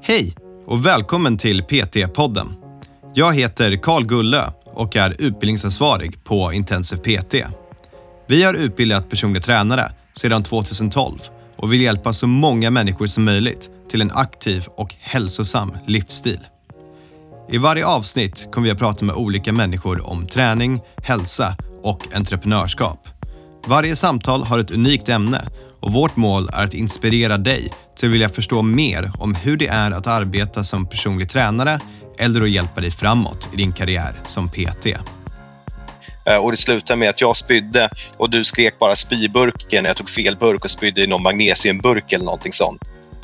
Hej och välkommen till PT-podden. Jag heter Carl Gullö och är utbildningsansvarig på Intensiv PT. Vi har utbildat personliga tränare sedan 2012 och vill hjälpa så många människor som möjligt till en aktiv och hälsosam livsstil. I varje avsnitt kommer vi att prata med olika människor om träning, hälsa och entreprenörskap. Varje samtal har ett unikt ämne och vårt mål är att inspirera dig till att vilja förstå mer om hur det är att arbeta som personlig tränare eller att hjälpa dig framåt i din karriär som PT. Och det slutade med att jag spydde och du skrek bara spyburken när jag tog fel burk och spydde i någon magnesiumburk eller någonting sånt.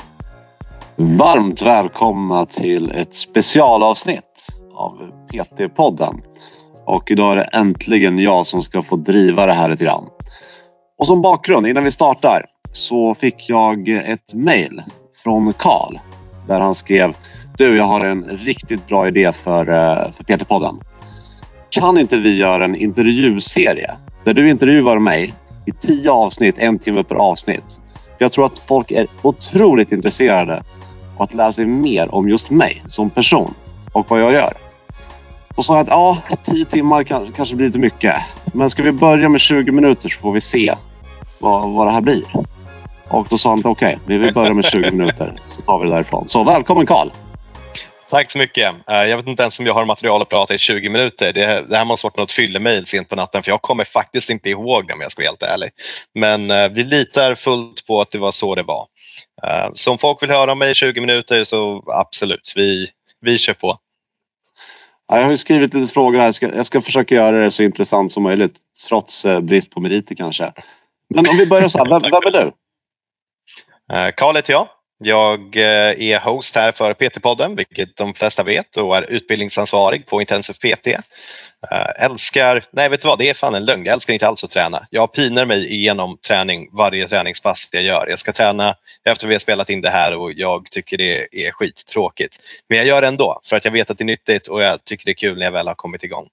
Varmt välkomna till ett specialavsnitt av PT-podden. Och idag är det äntligen jag som ska få driva det här lite grann. Och som bakgrund, innan vi startar, så fick jag ett mejl från Carl. Där han skrev: du, jag har en riktigt bra idé för PT-podden. Kan inte vi göra en intervjuserie där du intervjuar mig i 10 avsnitt, 1 timme per avsnitt? För jag tror att folk är otroligt intresserade av att lära sig mer om just mig som person och vad jag gör. Och sa att 10 timmar kanske blir lite mycket. Men ska vi börja med 20 minuter så får vi se vad det här blir. Och då sa han okej, vi vill börja med 20 minuter så tar vi det därifrån. Så välkommen Carl! Tack så mycket. Jag vet inte ens om jag har material att prata i 20 minuter. Det här måste varit något fyllemail sent på natten, för jag kommer faktiskt inte ihåg det om jag ska vara helt ärlig. Men vi litar fullt på att det var så det var. Så om folk vill höra om mig i 20 minuter så absolut, vi kör på. Ja, jag har ju skrivit lite frågor här. Jag ska försöka göra det så intressant som möjligt, trots brist på meriter kanske. Men om vi börjar så här, vem är du? Carl heter jag. Jag är host här för PT-podden, vilket de flesta vet, och är utbildningsansvarig på Intensiv PT. Vet du vad, det är fan en lögn. Jag älskar inte alls att träna. Jag pinar mig igenom träning varje träningspass jag gör. Jag ska träna efter vi har spelat in det här och jag tycker det är skittråkigt. Men jag gör det ändå för att jag vet att det är nyttigt och jag tycker det är kul när jag väl har kommit igång.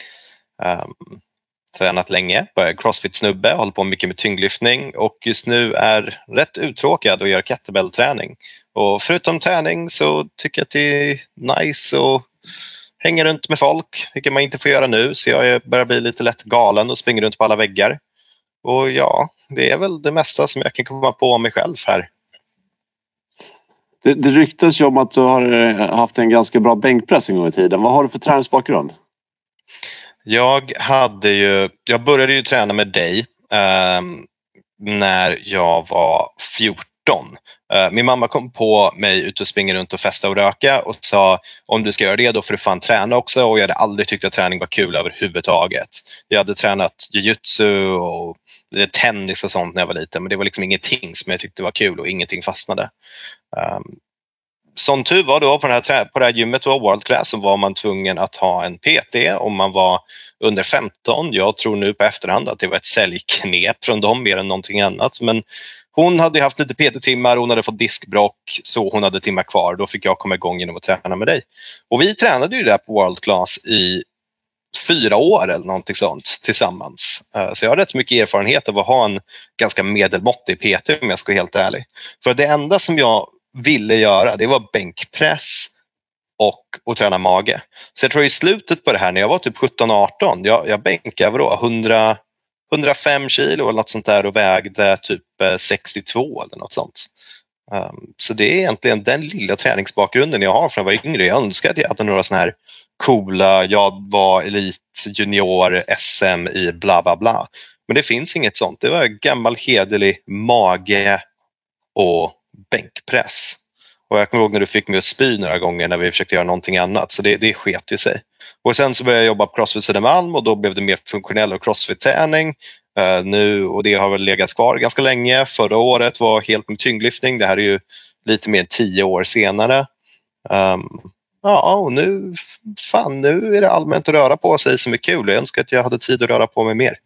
Tränat länge, började crossfit-snubbe, håller på mycket med tyngdlyftning och just nu är rätt uttråkad och gör kettlebell-träning. Och förutom träning så tycker jag att det är nice och hänga runt med folk, vilket man inte får göra nu, så jag börjar bli lite lätt galen och springer runt på alla väggar. Och ja, det är väl det mesta som jag kan komma på mig själv här. Det ryktas ju om att du har haft en ganska bra bänkpress en gång i tiden. Vad har du för träningsbakgrund? Jag började ju träna med dig när jag var 14. Min mamma kom på mig ut och springa runt och festa och röka och sa: om du ska göra det då får du fan träna också. Och jag hade aldrig tyckt att träning var kul överhuvudtaget. Jag hade tränat jiu-jitsu och tennis och sånt när jag var liten, men det var liksom ingenting som jag tyckte var kul och ingenting fastnade. Som tur var då på det här gymmet var World Class, så var man tvungen att ha en PT om man var under 15. Jag tror nu på efterhand att det var ett säljknep från dem mer än någonting annat. Men hon hade haft lite PT-timmar, hon hade fått diskbrock så hon hade timmar kvar. Då fick jag komma igång genom att träna med dig. Och vi tränade ju där på World Class i 4 år eller någonting sånt tillsammans. Så jag har rätt mycket erfarenhet av att ha en ganska medelmåttig PT om jag ska vara helt ärlig. För det enda som jag ville göra, det var bänkpress och träna mage. Så jag tror i slutet på det här när jag var typ 17-18, jag bänkade 105 kilo eller något sånt där och vägde typ 62 eller något sånt. Så det är egentligen den lilla träningsbakgrunden jag har från att jag var yngre. Jag önskar att jag hade några såna här coola, jag var elit, junior, SM i bla bla bla. Men det finns inget sånt. Det var gammal hederlig mage och bänkpress. Och jag kommer ihåg när du fick mig att spy några gånger när vi försökte göra någonting annat. Så det sket ju sig. Och sen så började jag jobba på CrossFit Södermalm och då blev det mer funktionell och crossfit-träning. Nu, och det har väl legat kvar ganska länge. Förra året var helt med tyngdlyftning. Det här är ju lite mer än 10 år senare. Och nu är det allmänt att röra på sig som är kul. Jag önskar att jag hade tid att röra på mig mer.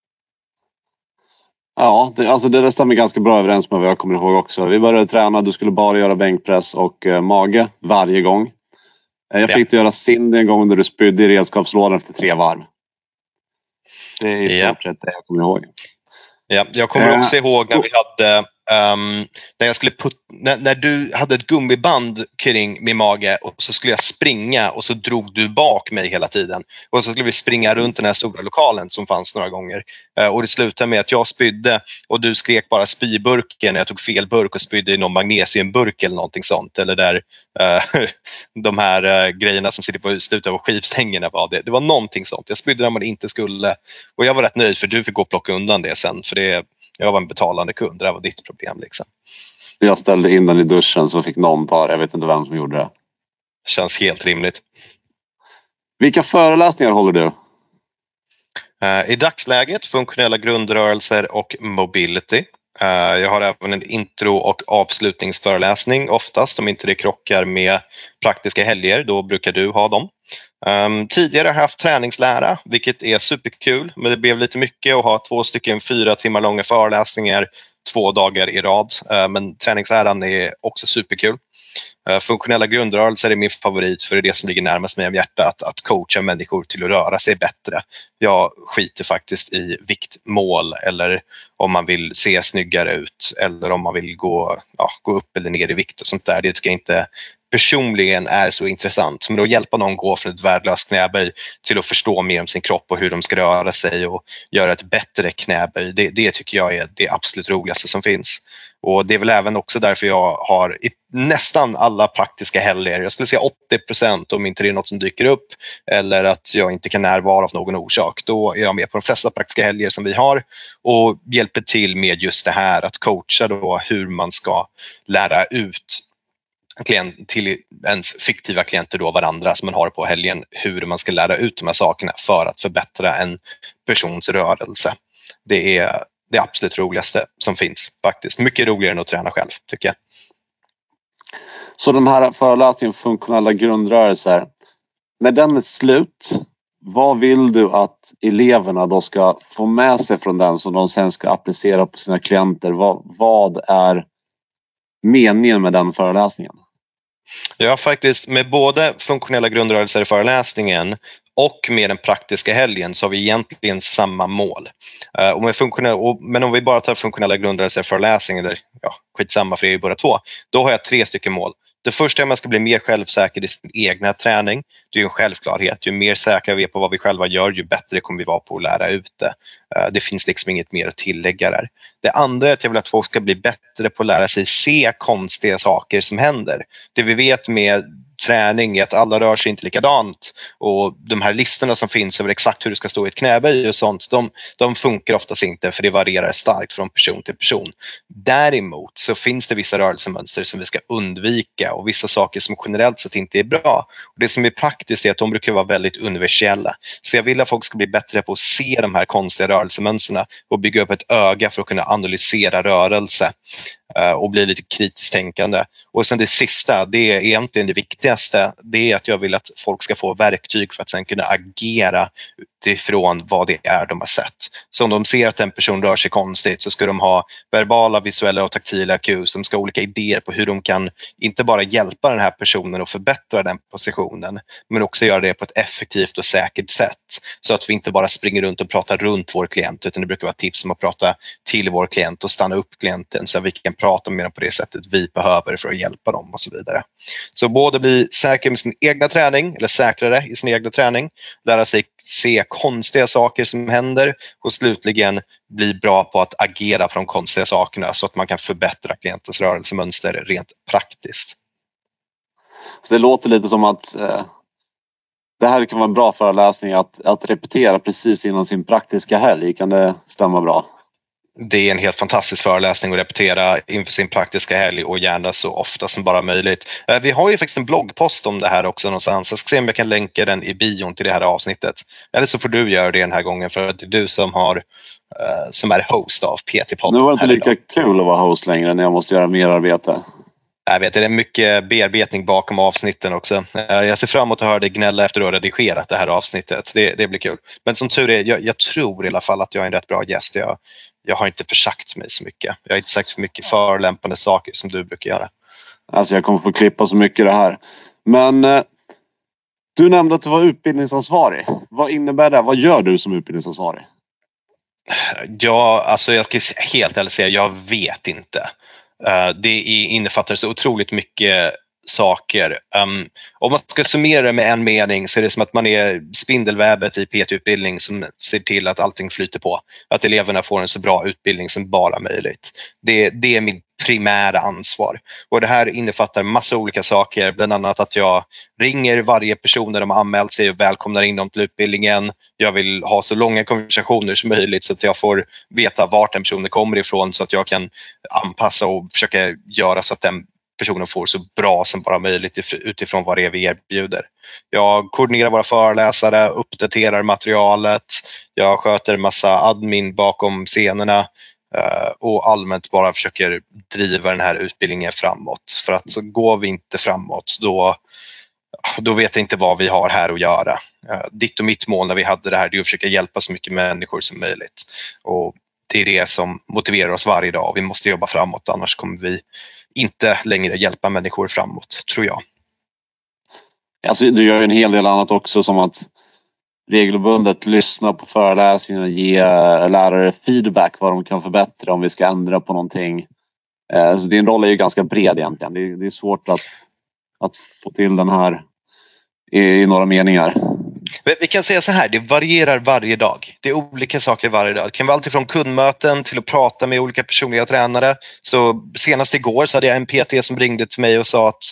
Ja, det stämmer ganska bra överens med vad jag kommer ihåg också. Vi började träna, du skulle bara göra bänkpress och mage varje gång. Jag fick göra Cindy en gång när du spydde i redskapslådan efter 3 varv. Det är i stort sett det jag kommer ihåg. Ja, jag kommer också ihåg när vi hade Där jag skulle när du hade ett gummiband kring min mage och så skulle jag springa och så drog du bak mig hela tiden. Och så skulle vi springa runt den här stora lokalen som fanns några gånger. Och det slutade med att jag spydde och du skrek bara spyburken. Jag tog fel burk och spydde i någon magnesiumburk eller någonting sånt. Eller där de här grejerna som sitter på slutet av skivstängerna var det. Det var någonting sånt. Jag spydde när man inte skulle. Och jag var rätt nöjd för du fick gå och plocka undan det sen. För jag var en betalande kund. Det var ditt problem liksom. Jag ställde in den i duschen så fick någon ta det. Jag vet inte vem som gjorde det. Känns helt rimligt. Vilka föreläsningar håller du? I dagsläget funktionella grundrörelser och mobility. Jag har även en intro- och avslutningsföreläsning oftast om inte det krockar med praktiska helger. Då brukar du ha dem. Tidigare har jag haft träningslära, vilket är superkul, men det blev lite mycket att ha 2 stycken 4 timmar långa föreläsningar 2 dagar i rad. Men träningsläran är också superkul. Funktionella grundrörelser är min favorit för det är det som ligger närmast mig om hjärtat, att coacha människor till att röra sig bättre. Jag skiter faktiskt i viktmål eller om man vill se snyggare ut eller om man vill gå upp eller ner i vikt och sånt där. Det tycker jag inte personligen är så intressant. Men att hjälpa någon gå från ett värdelöst knäböj till att förstå mer om sin kropp och hur de ska röra sig och göra ett bättre knäböj. Det tycker jag är det absolut roligaste som finns. Och det är väl även också därför jag har i nästan alla praktiska helger, jag skulle säga 80% om inte det är något som dyker upp eller att jag inte kan närvara av någon orsak. Då är jag med på de flesta praktiska helger som vi har och hjälper till med just det här att coacha då hur man ska lära ut till ens fiktiva klienter då varandra som man har på helgen, hur man ska lära ut de här sakerna för att förbättra en persons rörelse. Det är det absolut roligaste som finns faktiskt. Mycket roligare än att träna själv tycker jag. Så den här föreläsningen funktionella grundrörelser, när den är slut, vad vill du att eleverna då ska få med sig från den som de sen ska applicera på sina klienter? Vad är meningen med den föreläsningen? Ja, faktiskt med både funktionella grundrörelser i föreläsningen och med den praktiska helgen så har vi egentligen samma mål. Men om vi bara tar funktionella grundrörelser i föreläsningen, eller skitsamma för er båda två, då har jag 3 stycken mål. Det första är att man ska bli mer självsäker i sin egna träning. Det är ju en självklarhet. Ju mer säkra vi är på vad vi själva gör, ju bättre kommer vi vara på att lära ut det. Det finns liksom inget mer att tillägga där. Det andra är att jag vill att folk ska bli bättre på att lära sig se konstiga saker som händer. Det vi vet med träning är att alla rör sig inte likadant och de här listorna som finns över exakt hur det ska stå i ett knäböj och sånt, de funkar oftast inte för det varierar starkt från person till person. Däremot så finns det vissa rörelsemönster som vi ska undvika och vissa saker som generellt sett inte är bra. Och det som är praktiskt är att de brukar vara väldigt universella. Så jag vill att folk ska bli bättre på att se de här konstiga rörelsemönsterna och bygga upp ett öga för att kunna analysera rörelse och bli lite kritiskt tänkande. Och sen det sista, det är egentligen det viktigaste, det är att jag vill att folk ska få verktyg för att sen kunna agera utifrån vad det är de har sett. Så om de ser att en person rör sig konstigt så ska de ha verbala, visuella och taktila cues. De ska ha olika idéer på hur de kan inte bara hjälpa den här personen och förbättra den positionen, men också göra det på ett effektivt och säkert sätt. Så att vi inte bara springer runt och pratar runt vår klient, utan det brukar vara tips om att prata till vår klient och stanna upp klienten så att vi kan prata med dem på det sättet vi behöver för att hjälpa dem och så vidare. Så både bli säker med sin egna träning eller säkrare i sin egna träning, lära sig se konstiga saker som händer och slutligen bli bra på att agera på de konstiga sakerna så att man kan förbättra klientens rörelsemönster rent praktiskt. Så det låter lite som att det här kan vara en bra föreläsning att repetera precis innan sin praktiska helg. Kan det stämma bra? Det är en helt fantastisk föreläsning att repetera inför sin praktiska helg och gärna så ofta som bara möjligt. Vi har ju faktiskt en bloggpost om det här också någonstans. Jag ska se om jag kan länka den i bion till det här avsnittet. Eller så får du göra det den här gången för att det är du som är host av PT-podden. Nu var det inte lika kul att vara host längre när jag måste göra mer arbete. Jag vet, det är mycket bearbetning bakom avsnitten också. Jag ser fram emot att höra dig gnälla efter att ha redigerat det här avsnittet. Det blir kul. Men som tur är, jag tror i alla fall att jag är en rätt bra gäst. Jag har inte försagt mig så mycket. Jag har inte sagt så mycket förolämpande saker som du brukar göra. Alltså jag kommer få klippa så mycket det här. Men du nämnde att du var utbildningsansvarig. Vad innebär det? Vad gör du som utbildningsansvarig? Ja, alltså jag ska helt ärligt säga, jag vet inte. Det innefattar så otroligt mycket saker. Om man ska summera det med en mening så är det som att man är spindelvävet i PT-utbildning som ser till att allting flyter på. Att eleverna får en så bra utbildning som bara möjligt. Det är min primära ansvar. Och det här innefattar massa olika saker, bland annat att jag ringer varje person när de har anmält sig och välkomnar in dem till utbildningen. Jag vill ha så långa konversationer som möjligt så att jag får veta vart den personen kommer ifrån så att jag kan anpassa och försöka göra så att den personen får så bra som bara möjligt utifrån vad det är vi erbjuder. Jag koordinerar våra föreläsare, uppdaterar materialet, jag sköter en massa admin bakom scenerna och allmänt bara försöker driva den här utbildningen framåt. För att går vi inte framåt då vet jag inte vad vi har här att göra. Ditt och mitt mål när vi hade det här är att försöka hjälpa så mycket människor som möjligt. Och det är det som motiverar oss varje dag. Vi måste jobba framåt, annars kommer vi inte längre hjälpa människor framåt, tror jag. Alltså, du gör ju en hel del annat också, som att regelbundet lyssna på föreläsningar och ge lärare feedback vad de kan förbättra om vi ska ändra på någonting. Så din roll är ju ganska bred egentligen. Det är svårt att få till den här i några meningar. Vi kan säga så här, det varierar varje dag. Det är olika saker varje dag. Det kan vara allt ifrån kundmöten till att prata med olika personliga tränare. Så senast igår så hade jag en PT som ringde till mig och sa att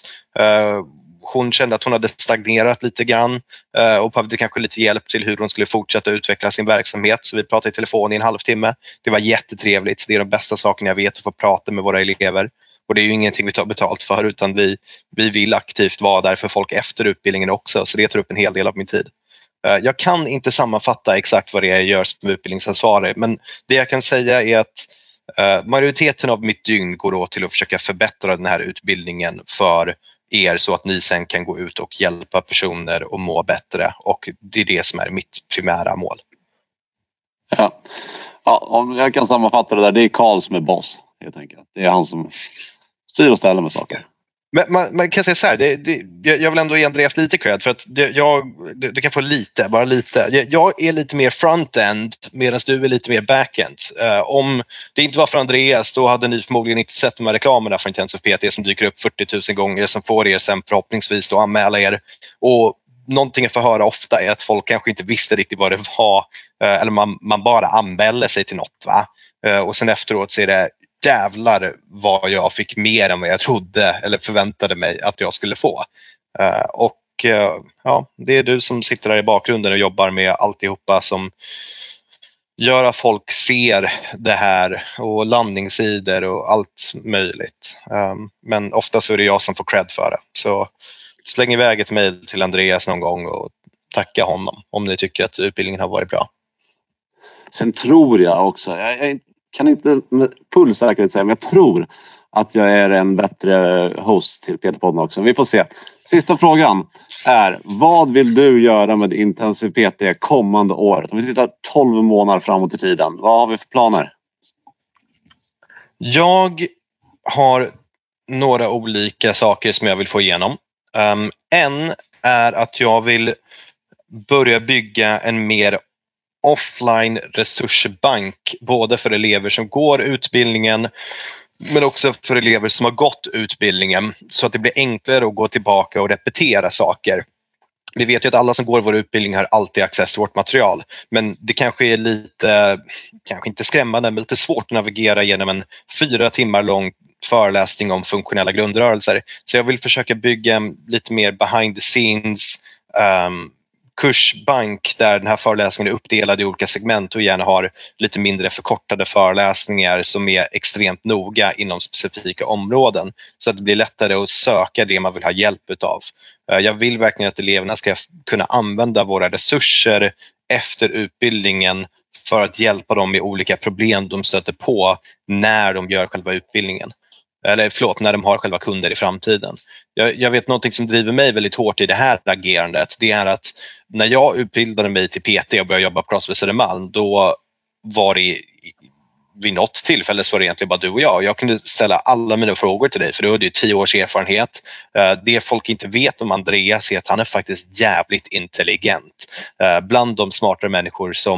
hon kände att hon hade stagnerat lite grann och behövde kanske lite hjälp till hur hon skulle fortsätta utveckla sin verksamhet. Så vi pratade i telefon i en halvtimme. Det var jättetrevligt. Det är de bästa sakerna jag vet, att få prata med våra elever. Och det är ju ingenting vi tar betalt för, utan vi vill aktivt vara där för folk efter utbildningen också. Så det tar upp en hel del av min tid. Jag kan inte sammanfatta exakt vad det är jag gör som utbildningsansvarig, men det jag kan säga är att majoriteten av mitt dygn går åt till att försöka förbättra den här utbildningen för er så att ni sen kan gå ut och hjälpa personer och må bättre, och det är det som är mitt primära mål. Ja, om jag kan sammanfatta det där, det är Karl som är boss helt enkelt. Det är han som styr och ställer med saker. Men man kan säga så här, jag vill ändå ge Andreas lite cred för att du kan få bara lite. Jag är lite mer front-end medan du är lite mer back-end. Om det inte var för Andreas, då hade ni förmodligen inte sett de här reklamerna för Intensive PT som dyker upp 40 000 gånger, som får er sen förhoppningsvis då anmäla er. Och någonting jag får höra ofta är att folk kanske inte visste riktigt vad det var, eller man bara anmälde sig till något, va? Och sen efteråt så är det jävlar vad jag fick mer än vad jag trodde eller förväntade mig att jag skulle få. Ja, det är du som sitter där i bakgrunden och jobbar med alltihopa som gör att folk ser det här, och landningssidor och allt möjligt. Men ofta så är det jag som får cred för det. Så släng iväg ett mejl till Andreas någon gång och tacka honom om ni tycker att utbildningen har varit bra. Sen tror jag också, jag kan inte med full säkerhet säga, men jag tror att jag är en bättre host till PT-podden också. Vi får se. Sista frågan är, vad vill du göra med Intensive PT kommande året? Om vi tittar 12 månader framåt i tiden, vad har vi för planer? Jag har några olika saker som jag vill få igenom. En är att jag vill börja bygga en mer offline resursbank, både för elever som går utbildningen men också för elever som har gått utbildningen, så att det blir enklare att gå tillbaka och repetera saker. Vi vet ju att alla som går vår utbildning har alltid access till vårt material, men det kanske är lite, kanske inte skrämmande, men lite svårt att navigera genom en 4 timmar lång föreläsning om funktionella grundrörelser. Så jag vill försöka bygga en lite mer behind the scenes kursbank där den här föreläsningen är uppdelad i olika segment och gärna har lite mindre förkortade föreläsningar som är extremt noga inom specifika områden, så att det blir lättare att söka det man vill ha hjälp utav. Jag vill verkligen att eleverna ska kunna använda våra resurser efter utbildningen för att hjälpa dem med olika problem de stöter på när de gör själva utbildningen. När de har själva kunder i framtiden. Jag vet någonting som driver mig väldigt hårt i det här agerandet. Det är att när jag utbildade mig till PT och började jobba på CrossFit Södermalm, då var det vid något tillfälle så var det egentligen bara du och jag. Jag kunde ställa alla mina frågor till dig, för du hade ju 10 års erfarenhet. Det folk inte vet om Andreas är att han är faktiskt jävligt intelligent. Bland de smartare människor som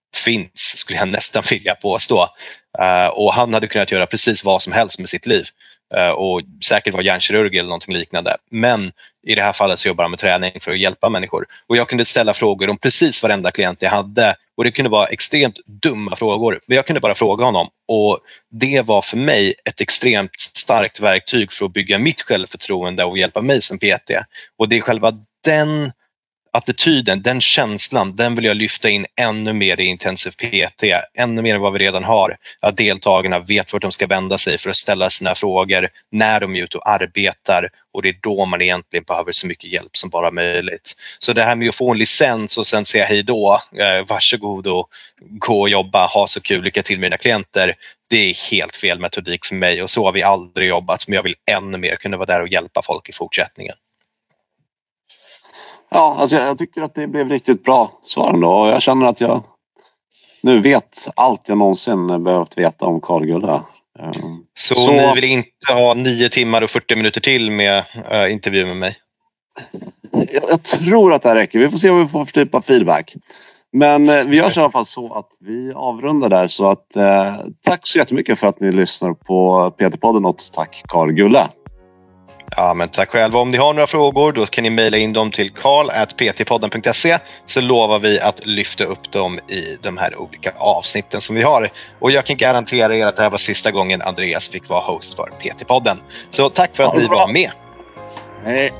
finns, skulle jag nästan vilja påstå. Och han hade kunnat göra precis vad som helst med sitt liv. Och säkert vara hjärnkirurg eller någonting liknande. Men i det här fallet så jobbar han med träning för att hjälpa människor. Och jag kunde ställa frågor om precis varenda klient jag hade. Och det kunde vara extremt dumma frågor. Men jag kunde bara fråga honom. Och det var för mig ett extremt starkt verktyg för att bygga mitt självförtroende och hjälpa mig som PT. Och det är själva den attityden, den känslan, den vill jag lyfta in ännu mer i Intensiv PT, ännu mer än vad vi redan har. Att deltagarna vet vart de ska vända sig för att ställa sina frågor när de är ute och arbetar, och det är då man egentligen behöver så mycket hjälp som bara möjligt. Så det här med att få en licens och sen säga hej då, varsågod och gå och jobba, ha så kul, lycka till med mina klienter, det är helt fel metodik för mig, och så har vi aldrig jobbat, men jag vill ännu mer kunna vara där och hjälpa folk i fortsättningen. Ja, alltså jag tycker att det blev riktigt bra svar ändå, och jag känner att jag nu vet allt jag någonsin behövt veta om Carl Gulle. Så ni vill inte ha 9 timmar och 40 minuter till med intervju med mig? Jag tror att det här räcker. Vi får se om vi får för typ av feedback. Men vi gör så i alla fall så att vi avrundar där. Så att tack så jättemycket för att ni lyssnar på PT-podden, och tack Carl Gulle. Ja, men tack själva. Om ni har några frågor då kan ni mejla in dem till karl@ptpodden.se, så lovar vi att lyfta upp dem i de här olika avsnitten som vi har. Och jag kan garantera er att det här var sista gången Andreas fick vara host för PT-podden. Så tack för att ni var med. Hej.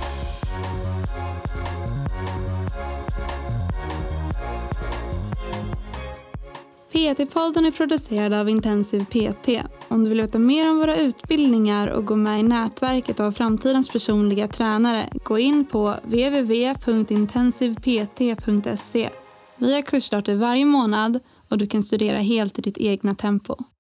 PT-podden är producerad av Intensiv PT. Om du vill veta mer om våra utbildningar och gå med i nätverket av framtidens personliga tränare, gå in på www.intensivpt.se. Vi har kursstarter varje månad och du kan studera helt i ditt egna tempo.